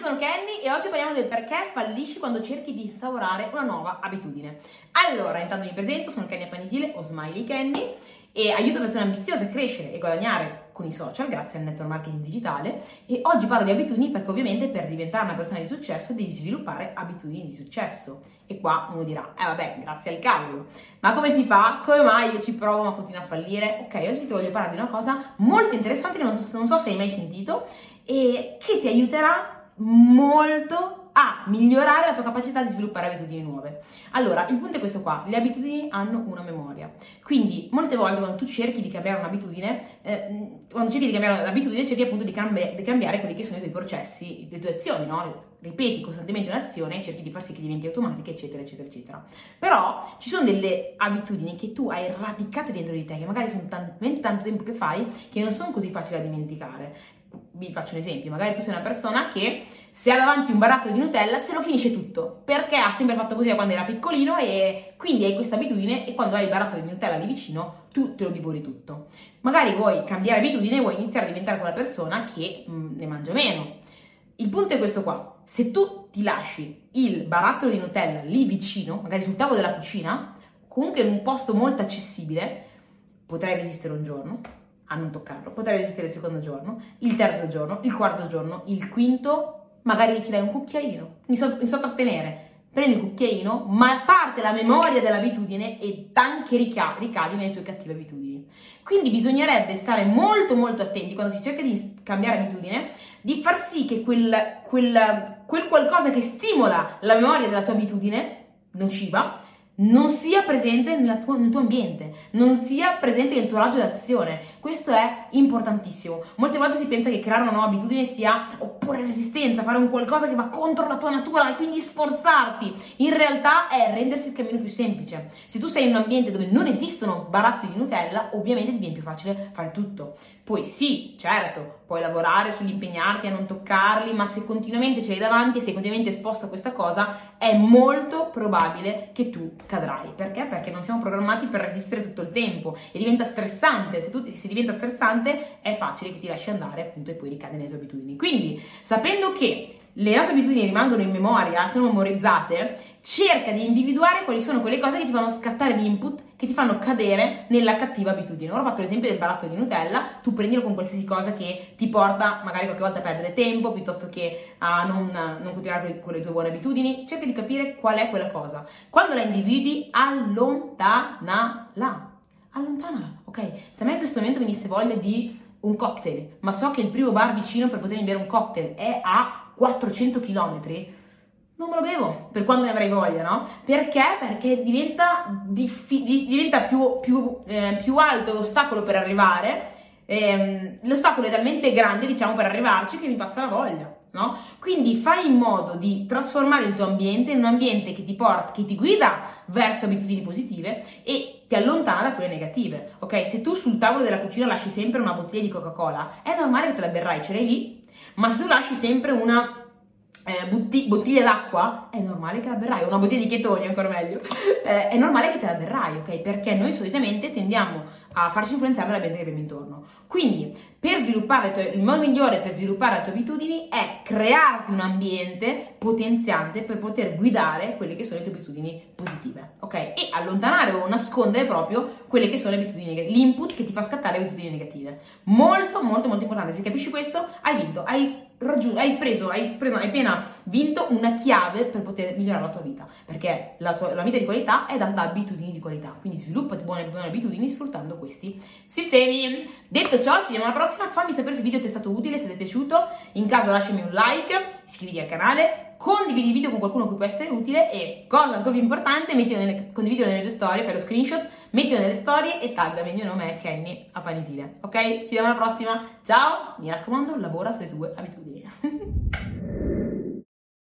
sono Kenny e oggi parliamo del perché fallisci quando cerchi di instaurare una nuova abitudine. Allora, intanto mi presento, sono Kenny Apanisile o Smiley Kenny e aiuto persone ambiziose a crescere e guadagnare con i social grazie al network marketing digitale e oggi parlo di abitudini perché ovviamente per diventare una persona di successo devi sviluppare abitudini di successo. E qua uno dirà, vabbè, grazie al cavolo, ma come si fa? Come mai io ci provo ma continuo a fallire? Ok, oggi ti voglio parlare di una cosa molto interessante che non so se hai mai sentito e che ti aiuterà molto a migliorare la tua capacità di sviluppare abitudini nuove. Allora, il punto è questo qua, le abitudini hanno una memoria, quindi molte volte quando tu cerchi di cambiare un'abitudine, cerchi appunto di cambiare quelli che sono i tuoi processi, le tue azioni, no? Ripeti costantemente un'azione e cerchi di far sì che diventi automatica, eccetera, eccetera, eccetera. Però ci sono delle abitudini che tu hai radicate dentro di te, che magari sono tanto tempo che fai, che non sono così facili da dimenticare. Vi faccio un esempio, magari tu sei una persona che se ha davanti un barattolo di Nutella se lo finisce tutto, perché ha sempre fatto così da quando era piccolino e quindi hai questa abitudine e quando hai il barattolo di Nutella lì vicino tu te lo divori tutto. Magari vuoi cambiare abitudine, vuoi iniziare a diventare quella persona che ne mangia meno. Il punto è questo qua, se tu ti lasci il barattolo di Nutella lì vicino, magari sul tavolo della cucina, comunque in un posto molto accessibile, potrai resistere un giorno a non toccarlo, potrai resistere il secondo giorno, il terzo giorno, il quarto giorno, il quinto, magari ci dai un cucchiaino, mi so trattenere, prendi il cucchiaino, ma parte la memoria dell'abitudine e anche ricadi nelle tue cattive abitudini. Quindi bisognerebbe stare molto molto attenti quando si cerca di cambiare abitudine, di far sì che quel qualcosa che stimola la memoria della tua abitudine nociva non sia presente nel tuo ambiente, non sia presente nel tuo raggio d'azione. Questo è importantissimo. Molte volte si pensa che creare una nuova abitudine sia opporre resistenza, fare un qualcosa che va contro la tua natura e quindi sforzarti. In realtà è rendersi il cammino più semplice. Se tu sei in un ambiente dove non esistono barattoli di Nutella, ovviamente ti viene più facile fare tutto. Poi sì, certo, puoi lavorare sull'impegnarti a non toccarli, ma se continuamente ce l'hai davanti e sei continuamente esposto a questa cosa, è molto probabile che tu cadrai. Perché? Perché non siamo programmati per resistere tutto il tempo e diventa stressante. Se diventa stressante è facile che ti lasci andare appunto e poi ricadi nelle tue abitudini. Quindi, sapendo che le nostre abitudini rimangono in memoria, sono memorizzate, cerca di individuare quali sono quelle cose che ti fanno scattare l'input, che ti fanno cadere nella cattiva abitudine. Ora ho fatto l'esempio del barattolo di Nutella, tu prendilo con qualsiasi cosa che ti porta magari qualche volta a perdere tempo, piuttosto che a non continuare con le tue buone abitudini. Cerca di capire qual è quella cosa. Quando la individui, allontanala, ok? Se a me in questo momento venisse voglia di un cocktail, ma so che il primo bar vicino per potermi bere un cocktail è a 400 km, non me lo bevo per quando ne avrei voglia, no? Perché? Perché diventa più alto l'ostacolo per arrivare, l'ostacolo è talmente grande, diciamo, per arrivarci che mi passa la voglia, no? Quindi fai in modo di trasformare il tuo ambiente in un ambiente che ti guida verso abitudini positive e ti allontana da quelle negative, ok? Se tu sul tavolo della cucina lasci sempre una bottiglia di Coca-Cola, è normale che te la berrai, ce l'hai lì, ma se tu lasci sempre una bottiglia d'acqua, è normale che la berrai, una bottiglia di chetoni ancora meglio, è normale che te la berrai, ok? Perché noi solitamente tendiamo a farci influenzare dall'ambiente che abbiamo intorno. Quindi, il modo migliore per sviluppare le tue abitudini è crearti un ambiente potenziante per poter guidare quelle che sono le tue abitudini positive, ok? E allontanare o nascondere proprio quelle che sono le abitudini negative, l'input che ti fa scattare le abitudini negative. Molto, molto, molto importante. Se capisci questo, hai vinto, hai appena vinto una chiave per poter migliorare la tua vita, perché la vita di qualità è data da abitudini di qualità, quindi sviluppati buone abitudini sfruttando questi sistemi. Detto ciò, ci vediamo alla prossima. Fammi sapere se il video ti è stato utile, se ti è piaciuto, in caso lasciami un like, iscriviti al canale, condividi il video con qualcuno a cui può essere utile e, cosa ancora più importante, condividilo nelle storie, fai lo screenshot, mettilo nelle storie e taggami. Il mio nome è Kenny Apanisile, ok? Ci vediamo alla prossima, ciao! Mi raccomando, lavora sulle tue abitudini.